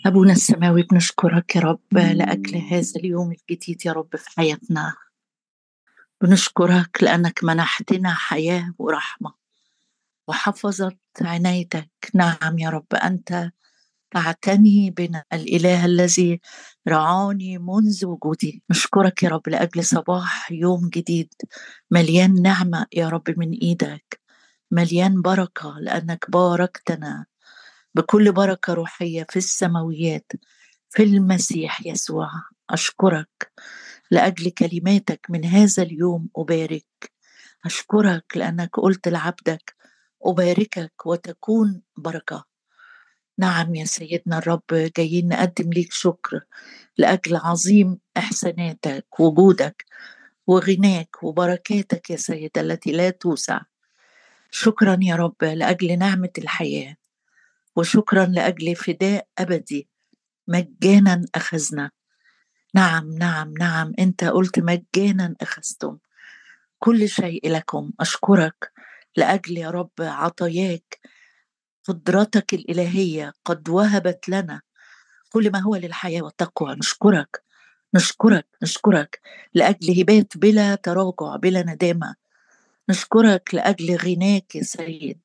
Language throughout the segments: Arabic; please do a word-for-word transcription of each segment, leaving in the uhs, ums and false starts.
أبونا السماوي، بنشكرك يا رب لأجل هذا اليوم الجديد يا رب في حياتنا. بنشكرك لأنك منحتنا حياة ورحمة وحفظت عنايتك. نعم يا رب، أنت تعتني بنا، الإله الذي رعاني منذ وجودي. نشكرك يا رب لأجل صباح يوم جديد مليان نعمة يا رب من إيدك، مليان بركة لأنك باركتنا بكل بركة روحية في السماويات في المسيح يسوع. أشكرك لأجل كلماتك من هذا اليوم. أبارك، أشكرك لأنك قلت لعبدك أباركك وتكون بركة. نعم يا سيدنا الرب، جايين نقدم ليك شكر لأجل عظيم إحساناتك، وجودك وغناك وبركاتك يا سيد التي لا توسع. شكرا يا رب لأجل نعمة الحياة، وشكرا لأجل فداء أبدي مجانا أخذنا. نعم نعم نعم، أنت قلت مجانا أخذتم كل شيء لكم. أشكرك لأجل يا رب عطاياك، قدرتك الإلهية قد وهبت لنا كل ما هو للحياة والتقوى. نشكرك نشكرك نشكرك لأجل هبات بلا تراجع بلا ندامة. نشكرك لأجل غناك يا سيد.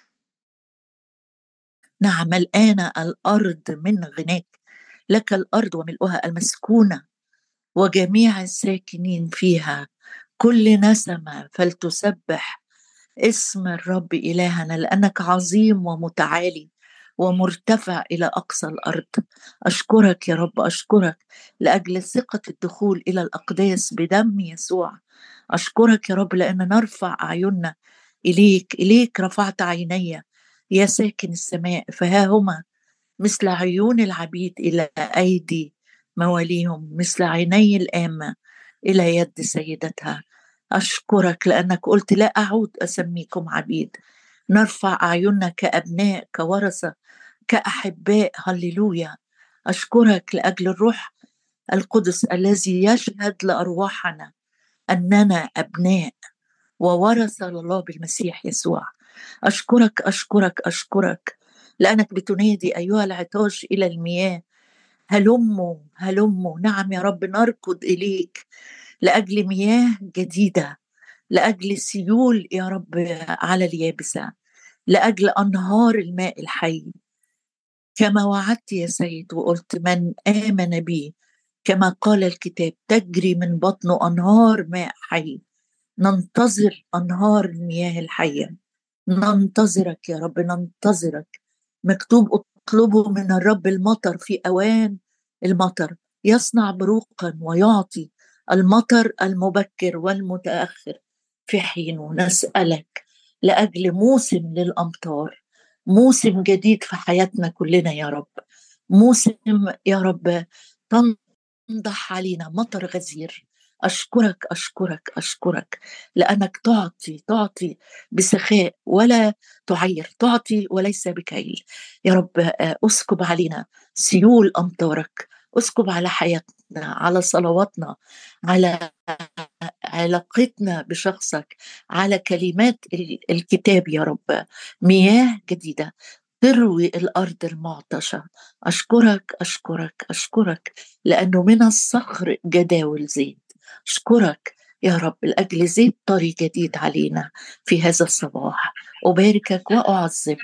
نعم، الآن الأرض من غناك، لك الأرض وملؤها المسكونة وجميع الساكنين فيها. كل نسمة فلتسبح اسم الرب إلهنا، لأنك عظيم ومتعالي ومرتفع إلى أقصى الأرض. أشكرك يا رب، أشكرك لأجل ثقة الدخول إلى الأقداس بدم يسوع. أشكرك يا رب لأن نرفع أعيننا إليك. إليك رفعت عيني يا ساكن السماء، فها هما مثل عيون العبيد إلى أيدي مواليهم، مثل عيني الآمة إلى يد سيدتها. أشكرك لأنك قلت لا أعود أسميكم عبيد. نرفع أعيننا كأبناء كورثة كأحباء. هللويا. أشكرك لأجل الروح القدس الذي يشهد لأرواحنا أننا أبناء وورثة لله بالمسيح يسوع. أشكرك أشكرك أشكرك لأنك بتنادي أيها العطاش إلى المياه، هلموا هلموا. نعم يا رب، نركض إليك لأجل مياه جديدة، لأجل سيول يا رب على اليابسة، لأجل أنهار الماء الحي. كما وعدت يا سيد وقلت من آمن بي كما قال الكتاب تجري من بطنه أنهار ماء حي. ننتظر أنهار المياه الحية، ننتظرك يا رب ننتظرك. مكتوب اطلبوا من الرب المطر في أوان المطر، يصنع بروقا ويعطي المطر المبكر والمتأخر في حينه. نسألك لأجل موسم للأمطار، موسم جديد في حياتنا كلنا يا رب. موسم يا رب تنضح علينا مطر غزير. أشكرك أشكرك أشكرك لأنك تعطي تعطي بسخاء ولا تعير، تعطي وليس بكيل. يا رب أسكب علينا سيول أمطارك، أسكب على حياتنا، على صلواتنا، على علاقتنا بشخصك، على كلمات الكتاب يا رب. مياه جديدة تروي الأرض المعطشة. أشكرك أشكرك أشكرك لأنه من الصخر جداول زيت. أشكرك يا رب لأجل زيت طري جديد علينا في هذا الصباح. أباركك وأعظمك،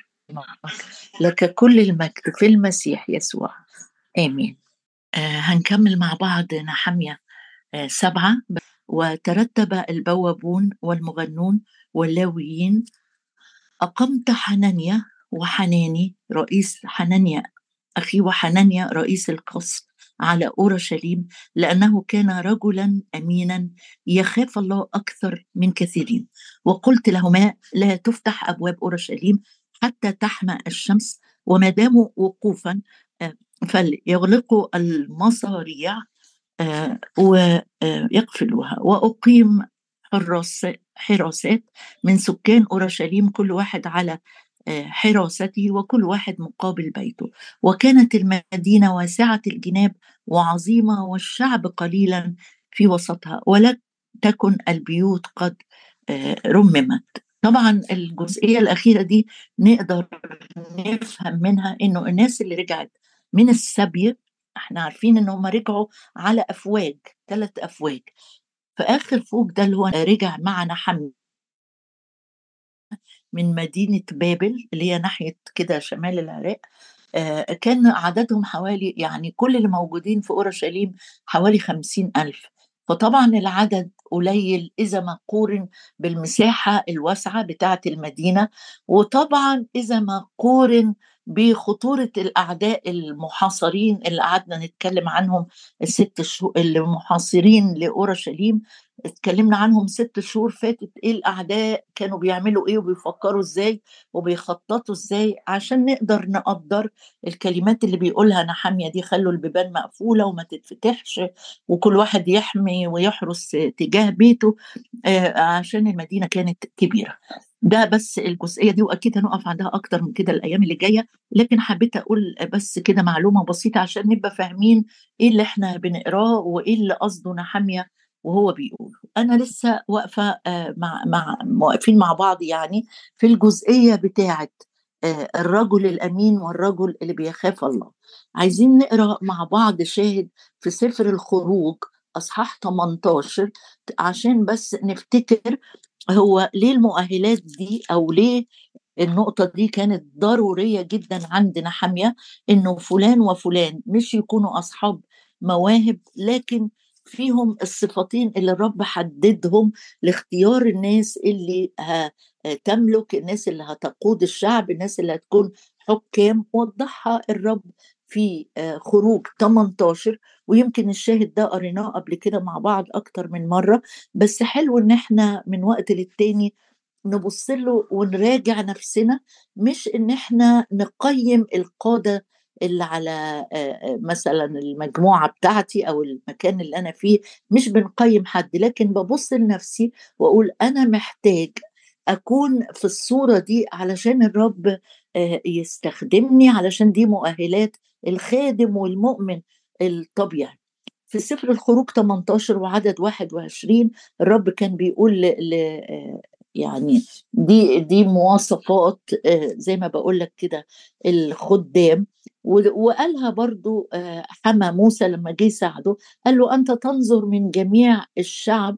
لك كل المجد في المسيح يسوع، آمين. آه هنكمل مع بعض نحمية آه سبعة. وترتب البوابون والمغنون واللاويين. أقمت حنانيا وحناني رئيس حنانيا أخي وحنانيا رئيس القصر على أورشليم، لأنه كان رجلا أمينا يخاف الله أكثر من كثيرين. وقلت لهما لا تفتح أبواب أورشليم حتى تحمى الشمس، وما داموا وقوفا آه، فليغلقوا المصاريع آه، ويقفلوها. وأقيم حراس حراسات من سكان أورشليم، كل واحد على آه، حراسته وكل واحد مقابل بيته. وكانت المدينة واسعة الجناب وعظيمة، والشعب قليلا في وسطها، ولا تكن البيوت قد آه، رممت. طبعا الجزئية الأخيرة دي نقدر نفهم منها إنه الناس اللي رجعت من السبي. احنا عارفين ان هم رجعوا على افواج، ثلاث افواج. في اخر فوج ده اللي هو رجع مع نحميا من مدينة بابل اللي هي ناحية كده شمال العراق. آه، كان عددهم حوالي، يعني كل اللي موجودين في أورشليم حوالي خمسين ألف. فطبعا العدد قليل إذا ما قورن بالمساحة الواسعة بتاعة المدينة، وطبعا إذا ما قورن بخطورة الأعداء المحاصرين اللي قعدنا نتكلم عنهم الست شهور اللي محاصرين لأورشليم. اتكلمنا عنهم ست شهور فاتت، ايه الأعداء كانوا بيعملوا ايه وبيفكروا ازاي وبيخططوا ازاي، عشان نقدر نقدر الكلمات اللي بيقولها نحامية دي: خلوا البيبان مقفولة وما تتفتحش، وكل واحد يحمي ويحرس تجاه بيته، آه، عشان المدينة كانت كبيرة. ده بس الجزئية دي، وأكيد هنقف عندها أكتر من كده الأيام اللي جاية، لكن حبيت أقول بس كده معلومة بسيطة عشان نبقى فاهمين إيه اللي إحنا بنقراه وإيه اللي قصده نحامية وهو بيقول. أنا لسه واقفة آه، مع مع واقفين مع بعض يعني في الجزئية بتاعة آه، الرجل الأمين والرجل اللي بيخاف الله. عايزين نقرأ مع بعض شاهد في سفر الخروج أصحاح تمنتاشر، عشان بس نفتكر هو ليه المؤهلات دي، أو ليه النقطة دي كانت ضرورية جدا عندنا حامية، إنه فلان وفلان مش يكونوا أصحاب مواهب، لكن فيهم الصفتين اللي الرب حددهم لاختيار الناس اللي هتملك، الناس اللي هتقود الشعب، الناس اللي هتكون حكام. وضحها الرب في آه، خروج تمنتاشر، ويمكن الشاهد ده قريناه قبل كده مع بعض أكتر من مرة، بس حلو إن احنا من وقت للتاني نبص له ونراجع نفسنا، مش ان احنا نقيم القادة اللي على آه، آه، مثلا المجموعة بتاعتي او المكان اللي انا فيه. مش بنقيم حد، لكن ببص لنفسي واقول انا محتاج اكون في الصورة دي علشان الرب آه، يستخدمني، علشان دي مؤهلات الخادم والمؤمن الطبيعي. في سفر الخروج تمنتاشر وعدد واحد وعشرين الرب كان بيقول ل... ل... آه، يعني دي دي مواصفات آه، زي ما بقول لك كده الخدام. و- وقالها برضو آه، حما موسى لما جه يساعده، قال له أنت تنظر من جميع الشعب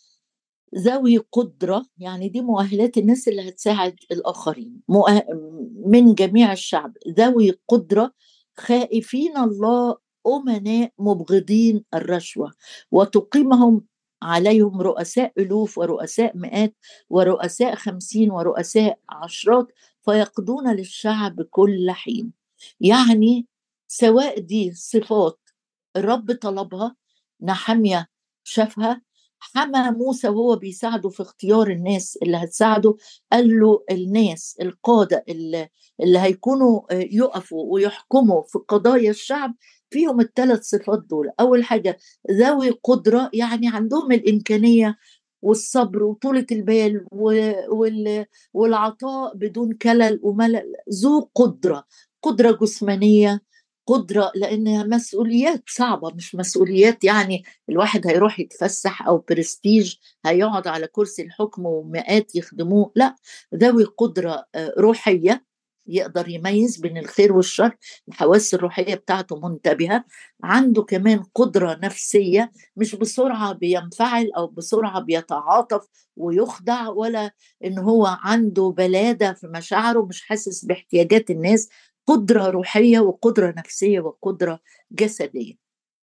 ذوي قدرة. يعني دي مؤهلات الناس اللي هتساعد الآخرين، مؤه- من جميع الشعب ذوي قدرة، خائفين الله، أمناء، مبغضين الرشوة، وتقيمهم عليهم رؤساء ألوف ورؤساء مئات ورؤساء خمسين ورؤساء عشرات، فيقضون للشعب كل حين. يعني سواء دي صفات الرب طلبها، نحمية شافها، حمى موسى وهو بيساعده في اختيار الناس اللي هتساعده، قال له الناس القادة اللي, اللي هيكونوا آه، يقفوا ويحكموا في قضايا الشعب فيهم الثلاث صفات دول. أول حاجة ذوي قدرة، يعني عندهم الإمكانية والصبر وطولة البال وال- والعطاء بدون كلل وملل. ذو قدرة، قدرة جسمانية، قدرة لأنها مسؤوليات صعبة، مش مسؤوليات يعني الواحد هيروح يتفسح أو برستيج هيقعد على كرسي الحكم ومئات يخدموه، لا، ذوي قدرة آه، روحية، يقدر يميز بين الخير والشر، الحواس الروحية بتاعته منتبهة. عنده كمان قدرة نفسية، مش بسرعة بينفعل أو بسرعة بيتعاطف ويخدع، ولا إن هو عنده بلادة في مشاعره، مش حاسس باحتياجات الناس. قدرة روحية وقدرة نفسية وقدرة جسدية.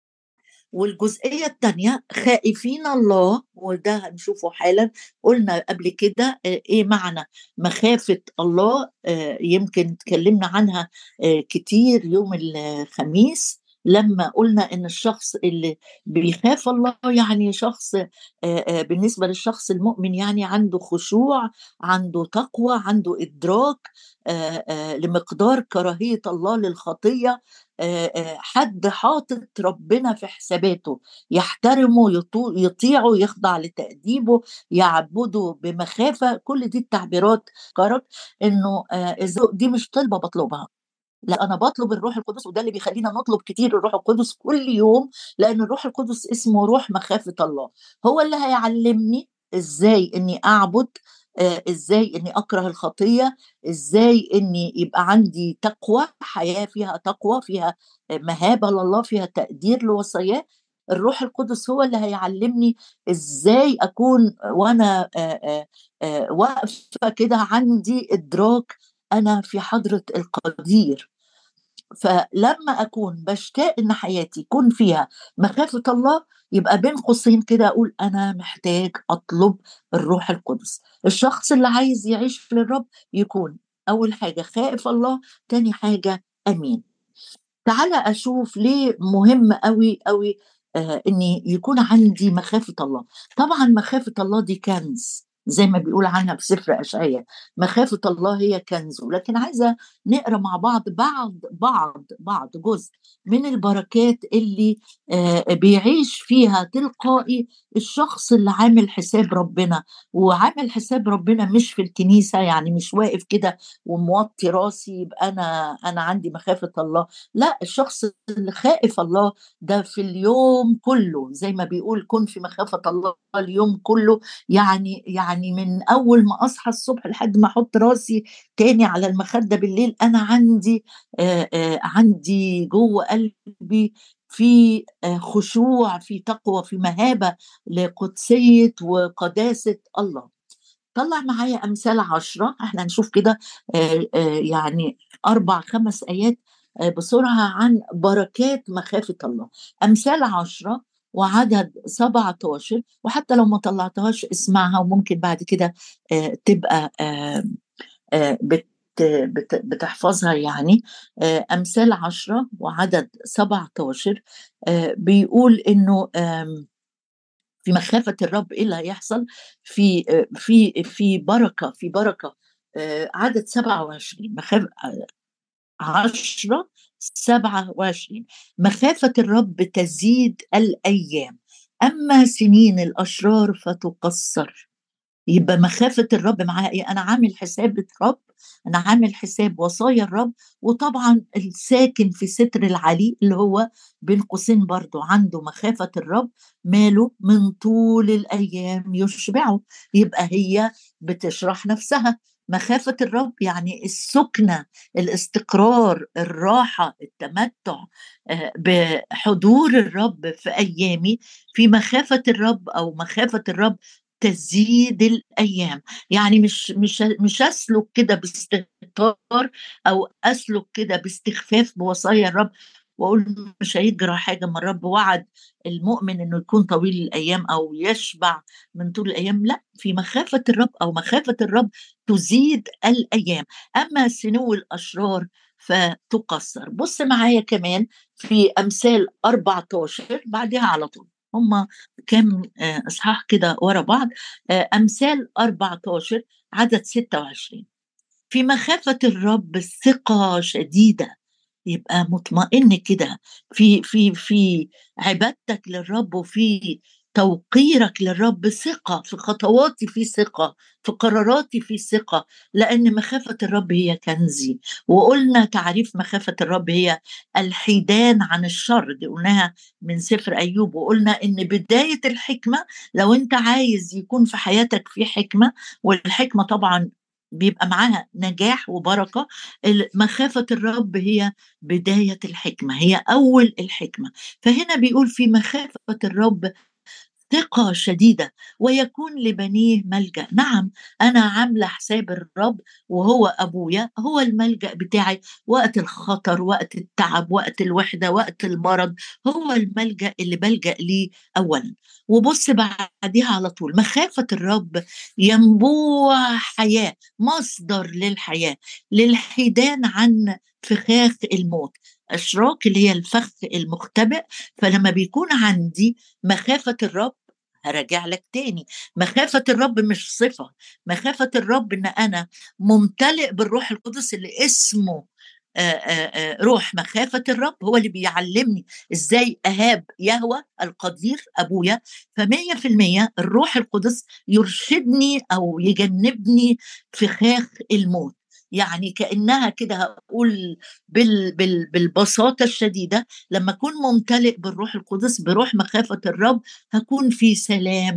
والجزئية التانية خائفين الله، وده هنشوفه حالا. قلنا قبل كده آه، ايه معنى مخافة الله، آه، يمكن اتكلمنا عنها آه، كتير يوم الخميس لما قلنا ان الشخص اللي بيخاف الله يعني شخص آه، آه، بالنسبة للشخص المؤمن يعني عنده خشوع، عنده تقوى، عنده إدراك آه، آه، لمقدار كراهية الله للخطية. آه، آه، حد حاطط ربنا في حساباته، يحترمه، يطو- يطيعه، يخضع لتأديبه، يعبده بمخافة. كل دي التعبيرات قررت انه آه، الذوق دي مش طلبة بطلبها، لا، انا بطلب الروح القدس، وده اللي بيخلينا نطلب كتير الروح القدس كل يوم، لان الروح القدس اسمه روح مخافة الله. هو اللي هيعلمني ازاي اني اعبد آه، ازاي اني اكره الخطيه، ازاي اني يبقى عندي تقوى، حياه فيها تقوى، فيها آه، مهابه لله، فيها تقدير لوصاياه. الروح القدس هو اللي هيعلمني ازاي اكون وانا آه، آه، آه، واقفه كده عندي ادراك انا في حضره القدير. فلما اكون بشتاق ان حياتي يكون فيها مخافه الله، يبقى بين قوسين كده اقول انا محتاج اطلب الروح القدس. الشخص اللي عايز يعيش للرب يكون اول حاجه خائف الله، تاني حاجه امين. تعالى أشوف ليه مهم أوي أوي آه إني يكون عندي مخافة الله. طبعا مخافة الله دي كنز زي ما بيقول عنها في سفر أشعياء، مخافة الله هي كنز. لكن عايزة نقرأ مع بعض بعض بعض بعض جزء من البركات اللي آه بيعيش فيها تلقائي الشخص اللي عامل حساب ربنا. وعامل حساب ربنا مش في الكنيسة، يعني مش واقف كده وموطي راسي يبقى أنا أنا عندي مخافة الله. لا، الشخص اللي خائف الله ده في اليوم كله، زي ما بيقول كن في مخافة الله اليوم كله. يعني يعني من أول ما أصحى الصبح لحد ما أحط راسي تاني على المخدة بالليل، أنا عندي آه آه عندي جوه قلبي في آه خشوع، في تقوى، في مهابة لقدسية وقداسة الله. طلع معايا أمثال عشرة، احنا هنشوف كده آه، آه، يعني أربع خمس آيات آه، بسرعة عن بركات مخافة الله. أمثال عشرة وعدد سبعة عشر، وحتى لو ما طلعتهاش اسمعها، وممكن بعد كده آه، تبقى آه، آه، بت بت- بتحفظها يعني. آه، أمثال عشرة وعدد سبعة عشر آه، بيقول إنه آم، في مخافة الرب إيه اللي هيحصل؟ في في في بركة، في بركة. آه، عدد سبعة وعشرين، مخافة عشرة سبعة وعشرين، مخافة الرب تزيد الأيام، أما سنين الأشرار فتقصر. يبقى مخافة الرب معاها ايه؟ انا عامل حساب الرب، انا عامل حساب وصايا الرب. وطبعا الساكن في ستر العلي اللي هو بين قوسين برضو عنده مخافة الرب، ماله من طول الايام يشبعه. يبقى هي بتشرح نفسها. مخافة الرب يعني السكنة، الاستقرار، الراحة، التمتع آه، بحضور الرب في أيامي. في مخافة الرب أو مخافة الرب تزيد الايام. يعني مش مش مش اسلك كده باستهتار، او اسلك كده باستخفاف بوصايا الرب واقول مش هيجرى حاجه، ما الرب وعد المؤمن انه يكون طويل الايام او يشبع من طول الايام. لا، في مخافه الرب او مخافه الرب تزيد الايام، اما سنو الاشرار فتقصر. بص معايا كمان في امثال أربعة عشر بعدها على طول، هم كام آه، اصحاح كده ورا بعض. آه، امثال أربعة عشر عدد ستة وعشرين، في مخافة الرب ثقة شديدة. يبقى مطمئن كده في في في عبادتك للرب، وفي توقيرك للرب ثقة، في خطواتي في ثقة، في قراراتي في ثقة، لأن مخافة الرب هي كنزي. وقلنا تعريف مخافة الرب هي الحيدان عن الشر، دي قلناها من سفر أيوب. وقلنا إن بداية الحكمة، لو أنت عايز يكون في حياتك في حكمة، والحكمة طبعا بيبقى معاها نجاح وبركة، مخافة الرب هي بداية الحكمة، هي أول الحكمة. فهنا بيقول في مخافة الرب ثقة شديدة ويكون لبنيه ملجأ. نعم، أنا عاملة حساب الرب، وهو أبويا، هو الملجأ بتاعي وقت الخطر، وقت التعب، وقت الوحدة، وقت المرض. هو الملجأ اللي بلجأ ليه أولا. وبص بعديها على طول، مخافة الرب ينبوع حياة، مصدر للحياة، للحيدان عن فخاخ الموت. أشراك اللي هي الفخ المختبئ. فلما بيكون عندي مخافة الرب، هرجع لك تاني، مخافة الرب مش صفة. مخافة الرب إن أنا ممتلئ بالروح القدس اللي اسمه آآ آآ روح مخافة الرب، هو اللي بيعلمني إزاي أهاب يهوى القدير أبويا. فمية في المية الروح القدس يرشدني أو يجنبني فخاخ الموت. يعني كأنها كده هقول بال بال بالبساطة الشديدة، لما أكون ممتلئ بالروح القدس، بروح مخافة الرب، هكون في سلامة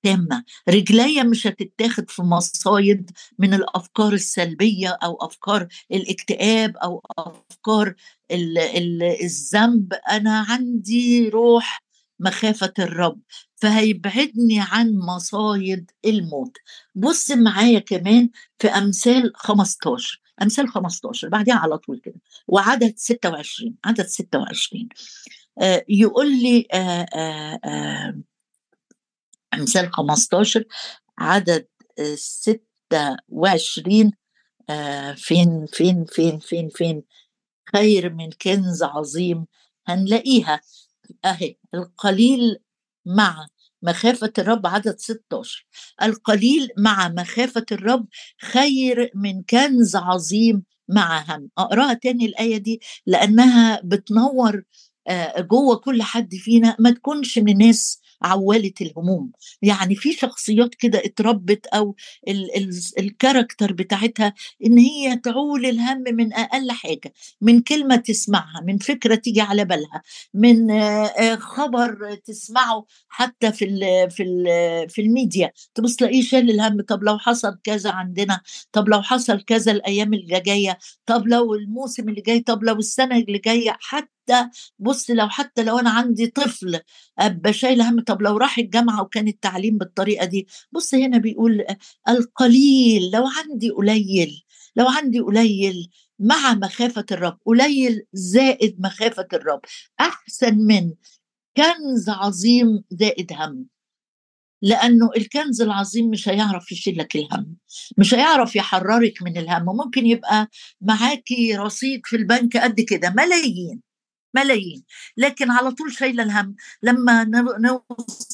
تامة. رجليا مش هتتاخد في مصايد من الأفكار السلبية أو أفكار الاكتئاب أو أفكار ال- ال- الذنب. أنا عندي روح مخافة الرب، فهيبعدني عن مصايد الموت. بص معايا كمان في أمثال خمستاشر، أمثال خمستاشر بعدها على طول كده، وعدد ستة وعشرين، عدد ستة وعشرين. آه يقول لي آه آه آه أمثال خمستاشر عدد آه، ستة وعشرين. آه فين فين فين فين فين خير من كنز عظيم، هنلاقيها أهي. القليل مع مخافة الرب، عدد ستاشر، القليل مع مخافة الرب خير من كنز عظيم مع هم. أقراها تاني الآية دي لأنها بتنور آه، جوه كل حد فينا. ما تكونش من الناس عوالة الهموم. يعني في شخصيات كده اتربت أو ال ال الكاركتر بتاعتها إن هي تعول الهم من أقل حاجة، من كلمة تسمعها، من فكرة تيجي على بالها، من آه، آه، خبر تسمعه حتى في ال في ال في الميديا، تبص تلاقيه شال الهم. طب لو حصل كذا عندنا، طب لو حصل كذا الايام اللي جايه، طب لو الموسم اللي جاي، طب لو السنه اللي جايه، حتى بص لو حتى لو انا عندي طفل ابقى شايل هم. طب لو راح الجامعه وكان التعليم بالطريقه دي. بص هنا بيقول آه، القليل، لو عندي قليل، لو عندي قليل مع مخافة الرب، قليل زائد مخافة الرب أحسن من كنز عظيم زائد هم. لأنه الكنز العظيم مش هيعرف يشيلك الهم، مش هيعرف يحررك من الهم. ممكن يبقى معاكي رصيد في البنك قد كده، ملايين ملايين، لكن على طول شايلة الهم. لما نوصل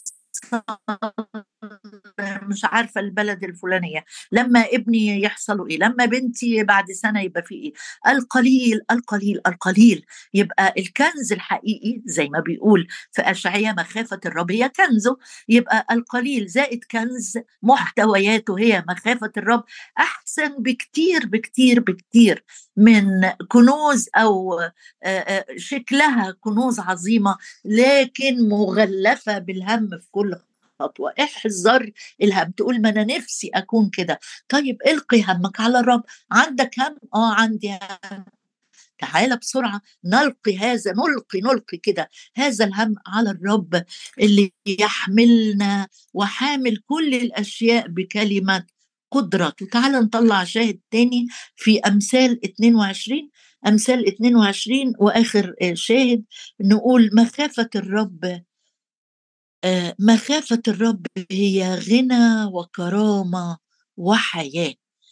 مش عارفة البلد الفلانية، لما ابني يحصل ايه، لما بنتي بعد سنة يبقى في ايه. القليل القليل القليل يبقى الكنز الحقيقي، زي ما بيقول في أشعياء مخافة الرب هي كنزه. يبقى القليل زائد كنز محتوياته هي مخافة الرب أحسن بكتير بكتير بكتير من كنوز أو شكلها كنوز عظيمة لكن مغلفة بالهم في كل خطوة. احذر الهم. تقول ما أنا نفسي أكون كده. طيب القي همك على الرب. عندك هم؟ آه عندي هم. تعالى بسرعة نلقي هذا، نلقي نلقي كده هذا الهم على الرب اللي يحملنا وحامل كل الأشياء بكلمة قدرته. تعالى نطلع شاهد تاني في أمثال اتنين وعشرين، أمثال اتنين وعشرين وآخر شاهد. نقول مخافة الرب، آه مخافة الرب هي غنى وكرامة وحياة.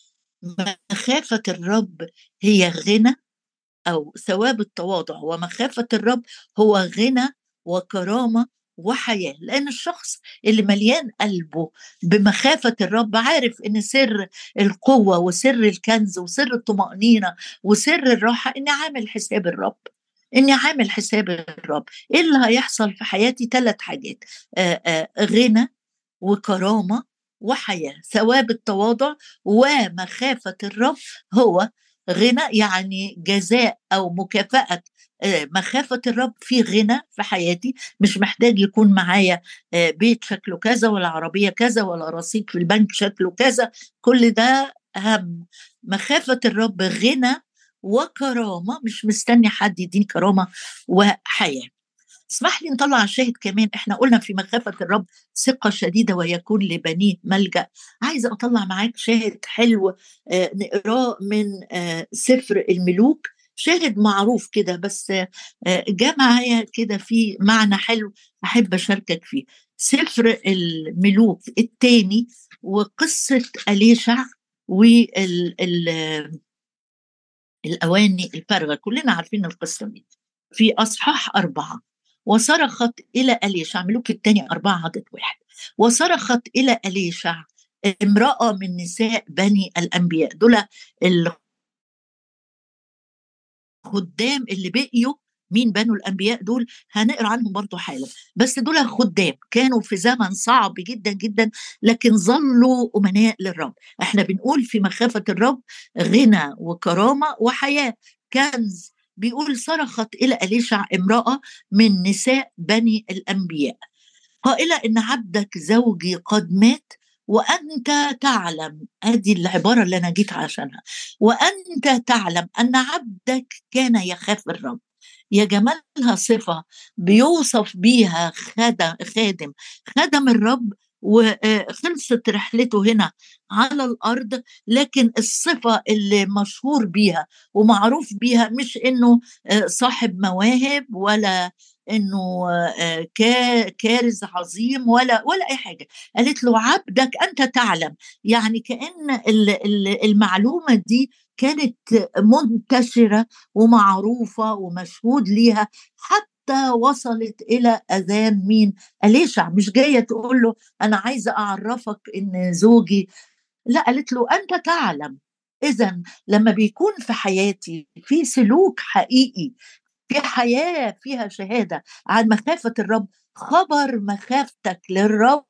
مخافة الرب هي غنى أو ثواب التواضع، ومخافة الرب هو غنى وكرامة وحياة. لأن الشخص اللي مليان قلبه بمخافة الرب عارف إن سر القوة وسر الكنز وسر الطمأنينة وسر الراحة إني عامل حساب الرب، إني عامل حساب الرب. إيه اللي هيحصل في حياتي؟ ثلاث حاجات: آآ آآ غنى وكرامة وحياة. ثواب التواضع ومخافة الرب هو غنى، يعني جزاء أو مكافأة مخافة الرب في غنى في حياتي. مش محتاج يكون معايا بيت شكله كذا ولا عربية كذا ولا رصيد في البنك شكله كذا، كل ده هم. مخافة الرب غنى وكرامة، مش مستني حد يديني كرامة وحياة. اسمح لي نطلع الشاهد كمان. احنا قلنا في مخافة الرب ثقة شديدة ويكون لبنيه ملجأ. عايزة اطلع معاك شاهد حلو آه نقراه من آه سفر الملوك. شاهد معروف كده بس آه جاء معايا كده في معنى حلو احب اشاركك فيه. سفر الملوك الثاني وقصة أليشع والأواني الفارغة، كلنا عارفين القصة دي. في أصحاح أربعة، وصرخت إلى أليشع، ملوك الثاني أربعة عدد واحد. وصرخت إلى أليشع امرأة من نساء بني الأنبياء، دول الخدام اللي بقيوا. مين بنو الأنبياء دول؟ هنقرأ عنهم برضو حالا. بس دول خدام كانوا في زمن صعب جدا جدا لكن ظلوا أمناء للرب. احنا بنقول في مخافة الرب غنى وكرامة وحياة، كنز. بيقول صرخت إلى أليشع امرأة من نساء بني الأنبياء. قائلة إن عبدك زوجي قد مات وأنت تعلم. هذه العبارة اللي أنا جيت عشانها. وأنت تعلم أن عبدك كان يخاف الرب. يا جمالها صفة بيوصف بيها خادم خادم خدم الرب، وخلصت رحلته هنا على الأرض. لكن الصفة اللي مشهور بيها ومعروف بيها مش إنه صاحب مواهب، ولا انه آه، كا- كارز عظيم، ولا ولا اي حاجه. قالت له عبدك انت تعلم. يعني كأن ال- ال- المعلومه دي كانت منتشره ومعروفه ومشهود ليها، حتى وصلت الى اذان مين؟ أليشع. مش جايه تقول له انا عايزه اعرفك ان زوجي، لا، قالت له انت تعلم. اذا لما بيكون في حياتي في سلوك حقيقي، في حياة فيها شهادة عن مخافة الرب، خبر مخافتك للرب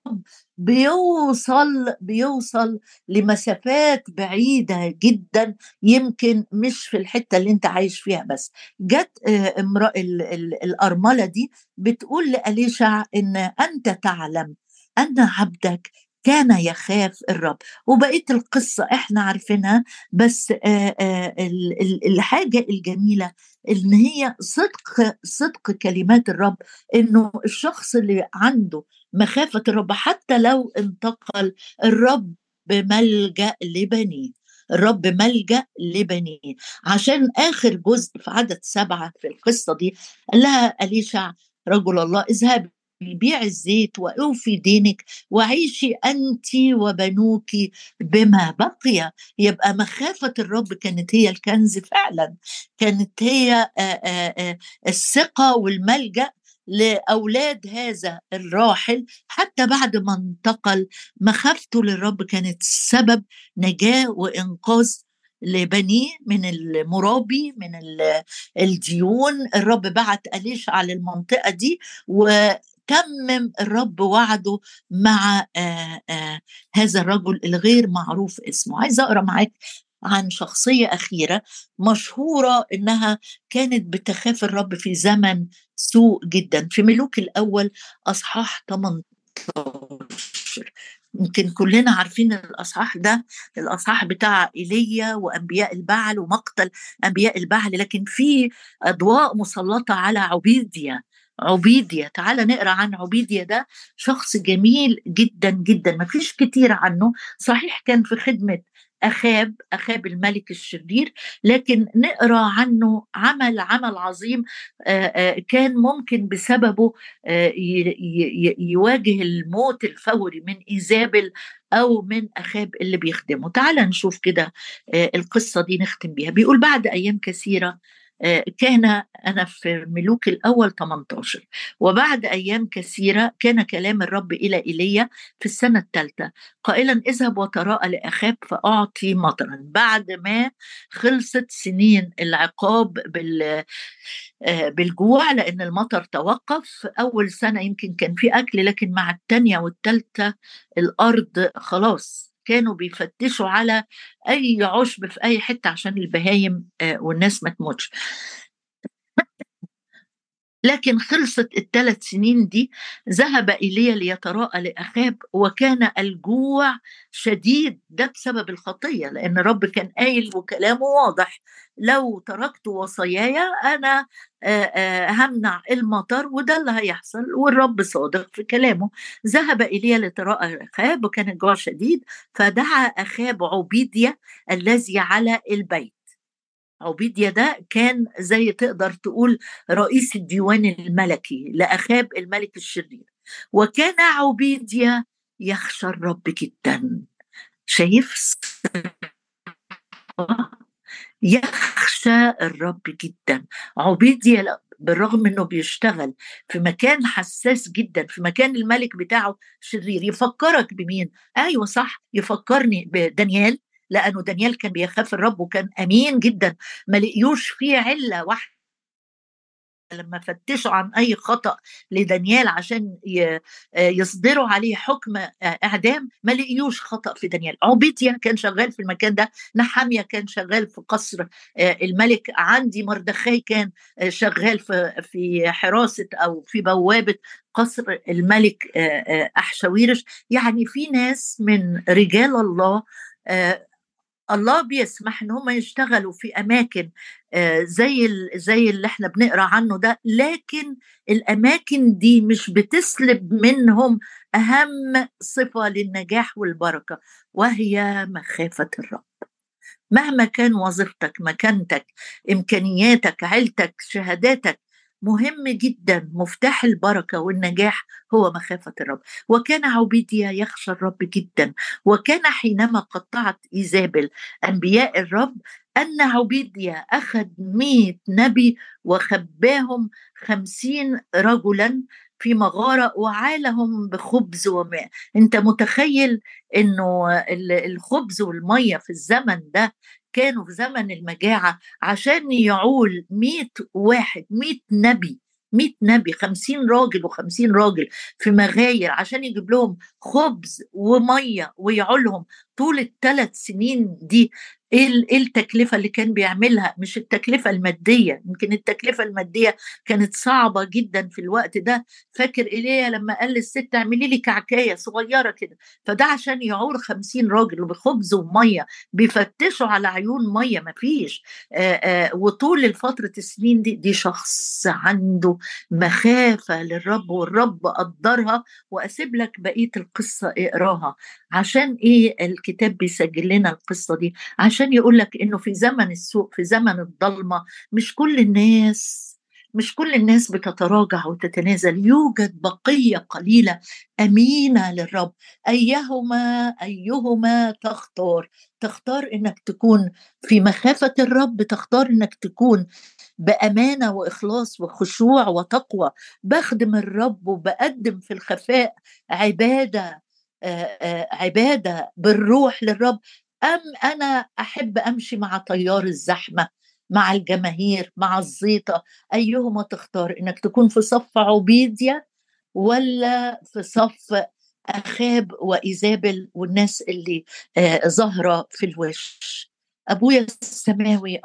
بيوصل بيوصل لمسافات بعيدة جدا، يمكن مش في الحتة اللي انت عايش فيها بس. جت آه، امرأة ال- ال- الأرملة دي بتقول لأليشع إن أنت تعلم أن عبدك كان يخاف الرب. وبقية القصة احنا عارفينها. بس آه، آه، ال- ال- الحاجة الجميلة ان هي صدق صدق كلمات الرب، انه الشخص اللي عنده مخافة الرب حتى لو انتقل، الرب ملجأ لبنيه. الرب ملجأ لبنيه. عشان آخر جزء في عدد سبعة في القصة دي قال لها أليشع رجل الله اذهبي بيع الزيت وأوفي دينك وعيشي أنت وبنوك بما بقي. يبقى مخافة الرب كانت هي الكنز فعلا، كانت هي آه، آه، آه، الثقة والملجأ لأولاد هذا الراحل. حتى بعد ما انتقل، مخافته للرب كانت سبب نجاة وإنقاذ لبنيه من المرابي، من ال- الديون. الرب بعت أليشع على المنطقة دي، وتمم الرب وعده مع آه، آه، هذا الرجل الغير معروف اسمه. عايزة أقرأ معاك عن شخصية أخيرة مشهورة إنها كانت بتخاف الرب في زمن سوء جدا، في ملوك الأول أصحاح ثمانية عشر. يمكن كلنا عارفين الأصحاح ده، الأصحاح بتاع إيليا وأنبياء البعل ومقتل أنبياء البعل. لكن في أضواء مسلطة على عبيديا. عبيديا، تعال نقرأ عن عبيديا. ده شخص جميل جدا جدا، ما فيش كتير عنه. صحيح كان في خدمة أخاب أخاب الملك الشرير، لكن نقرأ عنه عمل عمل عظيم. آه، آه، كان ممكن بسببه آه، ي- ي- يواجه الموت الفوري من إيزابل أو من أخاب اللي بيخدمه. تعال نشوف كده آه، القصة دي نختم بيها. بيقول بعد أيام كثيرة، آه، كان أنا في ملوك الأول ثمانية عشر، وبعد أيام كثيرة كان كلام الرب إلى إيليا في السنة الثالثة قائلا اذهب وتراءى لأخاب فأعطي مطرا. بعد ما خلصت سنين العقاب بال آه، بالجوع، لأن المطر توقف. أول سنة يمكن كان في أكل، لكن مع التانية والتالتة الأرض خلاص كانوا بيفتشوا على أي عشب في أي حتة عشان البهايم آه، والناس ما تموتش. لكن خلصت الثلاث سنين دي، ذهب إيليا ليتراءى لأخاب وكان الجوع شديد. ده بسبب الخطية، لأن رب كان قايل وكلامه واضح: لو تركت وصاياي أنا آه، آه، همنع المطر، وده اللي هيحصل. والرب صادق في كلامه. ذهب إيليا لتراءى أخاب وكان الجوع شديد، فدعا أخاب عبيديا الذي على البيت. عبيديا ده كان زي تقدر تقول رئيس الديوان الملكي لأخاب الملك الشرير. وكان عبيديا يخشى الرب جدا. شايف؟ يخشى الرب جدا. عبيديا لا- بالرغم انه بيشتغل في مكان حساس جدا، في مكان الملك بتاعه شرير. يفكرك بمين؟ ايوه صح، يفكرني بدانيال، لانه دانيال كان بيخاف الرب وكان امين جدا. ما لقيوش فيه عله واحده لما فتشوا عن أي خطأ لدانيال عشان ي- آه، يصدروا عليه حكم آه، إعدام، ما لقيوش خطأ في دانيال. عبيديا كان شغال في المكان ده، نحامية كان شغال في قصر آه، الملك، عندي مردخاي كان آه، شغال في في حراسة أو في بوابة قصر الملك آه، آه، أحشاويرش. يعني في ناس من رجال الله آه، الله بيسمح ان هم يشتغلوا في اماكن آه، زي ال- زي اللي احنا بنقرا عنه ده، لكن الاماكن دي مش بتسلب منهم اهم صفة للنجاح والبركة، وهي مخافة الرب. مهما كان وظيفتك، مكانتك، إمكانياتك، عيلتك، شهاداتك، مهم جدا. مفتاح البركة والنجاح هو مخافة الرب. وكان عبيديا يخشى الرب جدا، وكان حينما قطعت إيزابل أنبياء الرب أن عبيديا أخذ مئة نبي وخباهم خمسين رجلا في مغارة وعالهم بخبز وماء. انت متخيل انه ال- الخبز والمية في الزمن ده، كانوا في زمن المجاعة عشان يعول مئة واحد، مئة نبي، مئة نبي، خمسين راجل وخمسين راجل في مغاير عشان يجيب لهم خبز ومية ويعولهم طول الثلاث سنين دي. ايه ال- إيه التكلفة اللي كان بيعملها؟ مش التكلفة المادية، يمكن التكلفة المادية كانت صعبة جدا في الوقت ده. فاكر ايليا لما قال للست اعملي لي كعكاية صغيرة كده؟ فده عشان يعول خمسين راجل وبخبز ومية، بيفتشوا على عيون ميه ما فيش. آآ آآ وطول الفترة السنين دي دي شخص عنده مخافة للرب، والرب قدرها. وأسيب لك بقية القصة اقراها. عشان إيه الكتاب بيسجل لنا القصة دي؟ عشان يقول لك إنه في زمن السوء، في زمن الضلمة، مش كل الناس مش كل الناس بتتراجع وتتنازل. يوجد بقية قليلة أمينة للرب. أيهما أيهما تختار؟ تختار انك تكون في مخافة الرب، تختار انك تكون بأمانة وإخلاص وخشوع وتقوى، بخدم الرب وبقدم في الخفاء عبادة آه، آه، عبادة بالروح للرب، أم أنا أحب أمشي مع تيار الزحمة، مع الجماهير، مع الزيطة؟ أيهما تختار؟ إنك تكون في صف عبيديا ولا في صف أخاب وإيزابل والناس اللي آه، ظاهرة في الوش؟ أبويا السماوي،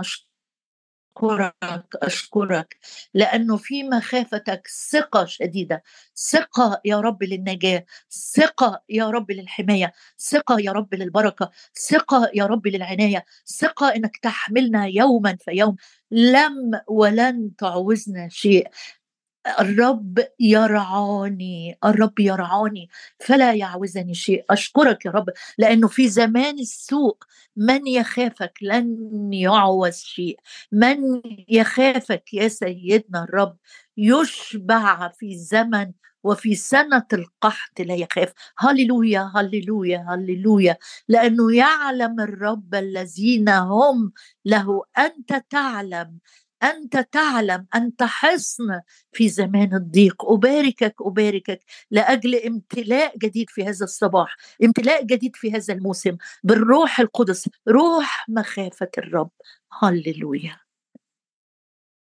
أشكرك أشكرك لأنه في مخافتك ثقة شديدة، ثقة يا رب للنجاة، ثقة يا رب للحماية، ثقة يا رب للبركة، ثقة يا رب للعناية، ثقة إنك تحملنا يوما فيوم، لم ولن تعوزنا شيء. الرب يرعاني، الرب يرعاني فلا يعوزني شيء. أشكرك يا رب لأنه في زمان السوء من يخافك لن يعوز شيء. من يخافك يا سيدنا الرب يشبع في زمن وفي سنة القحط لا يخاف. هللويا هللويا هللويا. لأنه يعلم الرب الذين هم له. أنت تعلم، أنت تعلم، أنت حصن في زمان الضيق. أباركك أباركك لأجل امتلاء جديد في هذا الصباح، امتلاء جديد في هذا الموسم بالروح القدس، روح مخافة الرب. هللويا.